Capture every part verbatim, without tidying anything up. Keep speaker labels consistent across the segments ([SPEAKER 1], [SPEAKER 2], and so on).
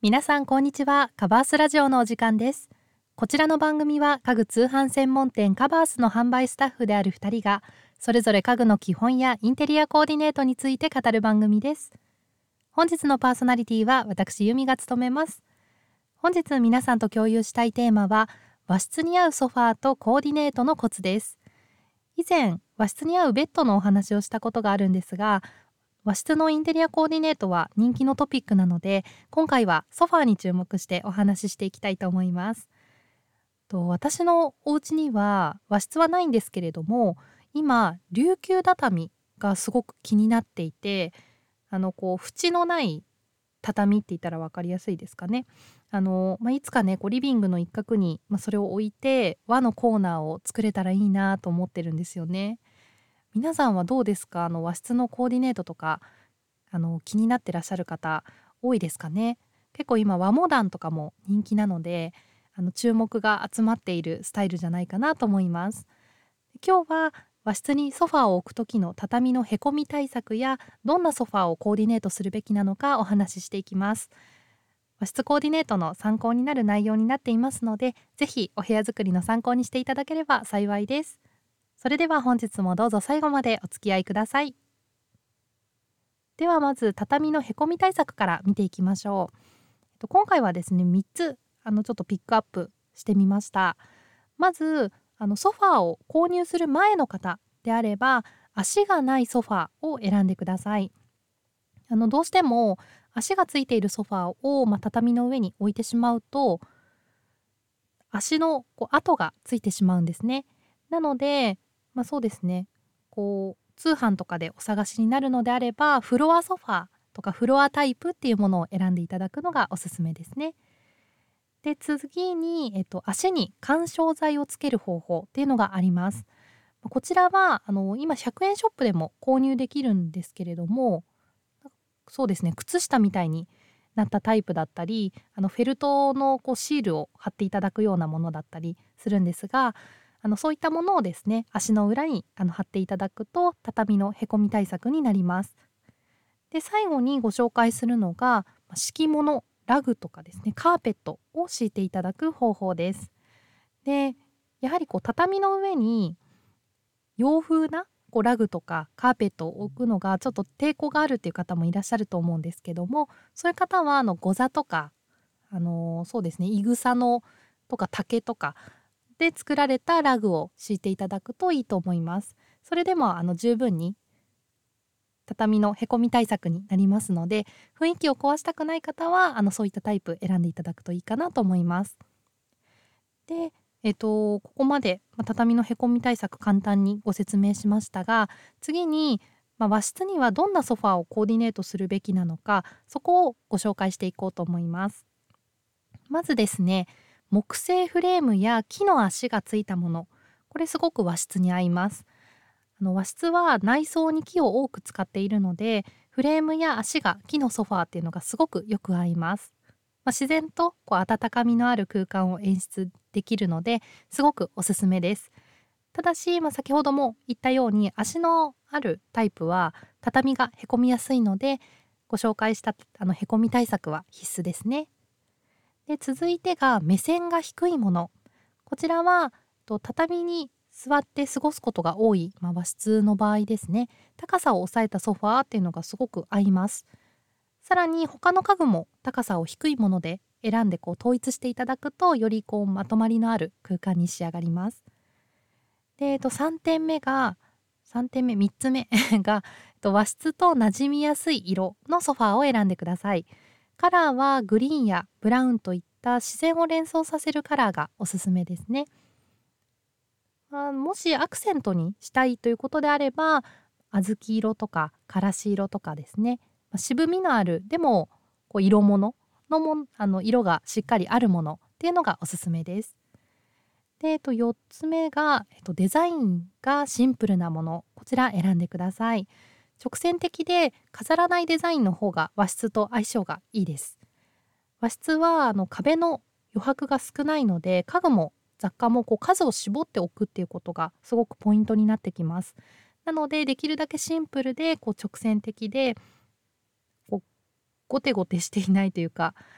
[SPEAKER 1] 皆さんこんにちは。カバースラジオのお時間です。こちらの番組は家具通販専門店カバースの販売スタッフであるふたりがそれぞれ家具の基本やインテリアコーディネートについて語る番組です。本日のパーソナリティは私由美が務めます。本日皆さんと共有したいテーマは和室に合うソファーとコーディネートのコツです。以前和室に合うベッドのお話をしたことがあるんですが、和室のインテリアコーディネートは人気のトピックなので、今回はソファーに注目してお話ししていきたいと思います。と私のお家には和室はないんですけれども、今琉球畳がすごく気になっていて、あのこう縁のない畳って言ったら分かりやすいですかね。あの、まあ、いつかねこうリビングの一角に、まあ、それを置いて和のコーナーを作れたらいいなと思ってるんですよね。皆さんはどうですか？あの和室のコーディネートとかあの気になってらっしゃる方多いですかね。結構今和モダンとかも人気なので、あの注目が集まっているスタイルじゃないかなと思います。今日は和室にソファーを置く時の畳のへこみ対策やどんなソファーをコーディネートするべきなのかお話ししていきます。和室コーディネートの参考になる内容になっていますので、ぜひお部屋作りの参考にしていただければ幸いです。それでは本日もどうぞ最後までお付き合いください。ではまず畳のへこみ対策から見ていきましょう。えっと、今回はですねみっつあのちょっとピックアップしてみました。まずあのソファーを購入する前の方であれば、足がないソファーを選んでください。あのどうしても足がついているソファーを、まあ、畳の上に置いてしまうと足のこう跡がついてしまうんですね。なので、まあ、そうですねこう通販とかでお探しになるのであれば、フロアソファーとかフロアタイプっていうものを選んでいただくのがおすすめですね。で次に、えっと、足に緩衝材をつける方法っていうのがあります。こちらはあの今ひゃくえんショップでも購入できるんですけれども、そうですね靴下みたいになったタイプだったり、あのフェルトのこうシールを貼っていただくようなものだったりするんですが、あのそういったものをですね足の裏にあの貼っていただくと畳のへこみ対策になります。で最後にご紹介するのが敷物、ラグとかですねカーペットを敷いていただく方法です。でやはりこう畳の上に洋風なこうラグとかカーペットを置くのがちょっと抵抗があるっていう方もいらっしゃると思うんですけども、そういう方はあのゴザとか、あのーそうですねいぐさのとか竹とかで作られたラグを敷いていただくといいと思います。それでもあの十分に畳のへこみ対策になりますので、雰囲気を壊したくない方はあのそういったタイプ選んでいただくといいかなと思います。で、えっと、ここまで、まあ、畳のへこみ対策簡単にご説明しましたが、次に、まあ、和室にはどんなソファーをコーディネートするべきなのか、そこをご紹介していこうと思います。まずですね、木製フレームや木の足がついたもの、これすごく和室に合います。あの和室は内装に木を多く使っているので、フレームや足が木のソファーっていうのがすごくよく合います。まあ、自然とこう温かみのある空間を演出できるのですごくおすすめです。ただし、まあ、先ほども言ったように足のあるタイプは畳がへこみやすいので、ご紹介したあのへこみ対策は必須ですね。で続いてが目線が低いもの。こちらはと畳に座って過ごすことが多い、まあ、和室の場合ですね、高さを抑えたソファーっていうのがすごく合います。さらに他の家具も高さを低いもので選んでこう統一していただくと、よりこうまとまりのある空間に仕上がります。で、えっと、さんてんめがさんてんめみっつめが、えっと、和室と馴染みやすい色のソファーを選んでください。カラーはグリーンやブラウンといった自然を連想させるカラーがおすすめですね。まあ、もしアクセントにしたいということであれば、小豆色とかからし色とかですね、まあ、渋みのあるでもこう色物のもあの色がしっかりあるものっていうのがおすすめです。で、えっと、よっつめが、えっと、デザインがシンプルなもの、こちら選んでください。直線的で飾らないデザインの方が和室と相性がいいです。和室はあの壁の余白が少ないので、家具も雑貨もこう数を絞っておくっていうことがすごくポイントになってきます。なのでできるだけシンプルでこう直線的でこうゴテゴテしていないというか、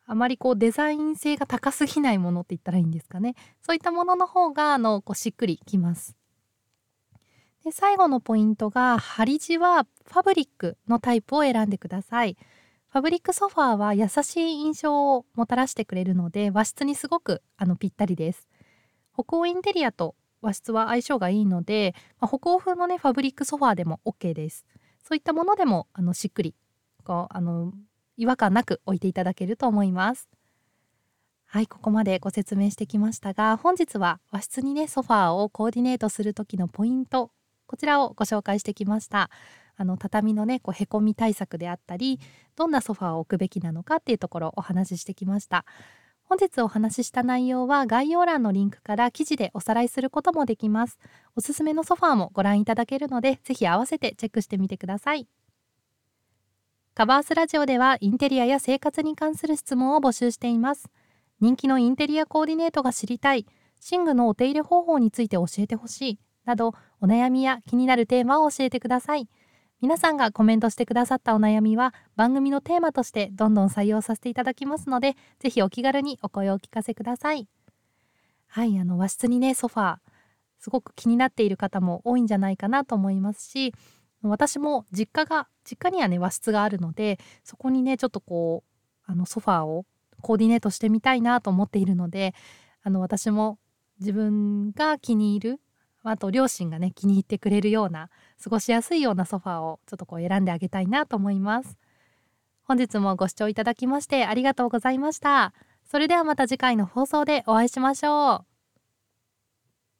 [SPEAKER 1] あまりこうデザイン性が高すぎないものって言ったらいいんですかね。そういったものの方があのこうしっくりきます。で最後のポイントが、張り地はファブリックのタイプを選んでください。ファブリックソファーは優しい印象をもたらしてくれるので、和室にすごくあのぴったりです。北欧インテリアと和室は相性がいいので、まあ、北欧風のねファブリックソファーでも OK です。そういったものでもあのしっくりこうあの違和感なく置いていただけると思います。はい、ここまでご説明してきましたが、本日は和室にねソファーをコーディネートする時のポイント、こちらをご紹介してきました。あの畳のねこうへこみ対策であったり、どんなソファーを置くべきなのかっていうところをお話ししてきました。本日お話しした内容は概要欄のリンクから記事でおさらいすることもできます。おすすめのソファーもご覧いただけるので、ぜひ合わせてチェックしてみてください。カバースラジオではインテリアや生活に関する質問を募集しています。人気のインテリアコーディネートが知りたい、寝具のお手入れ方法について教えてほしいなど、お悩みや気になるテーマを教えてください。皆さんがコメントしてくださったお悩みは番組のテーマとしてどんどん採用させていただきますので、ぜひお気軽にお声をお聞かせください。はい、あの和室にねソファーすごく気になっている方も多いんじゃないかなと思いますし、私も実家が実家にはね和室があるので、そこにねちょっとこうあのソファーをコーディネートしてみたいなと思っているので、あの私も自分が気に入る、あと両親がね気に入ってくれるような過ごしやすいようなソファーをちょっとこう選んであげたいなと思います。本日もご視聴いただきましてありがとうございました。それではまた次回の放送でお会いしましょう。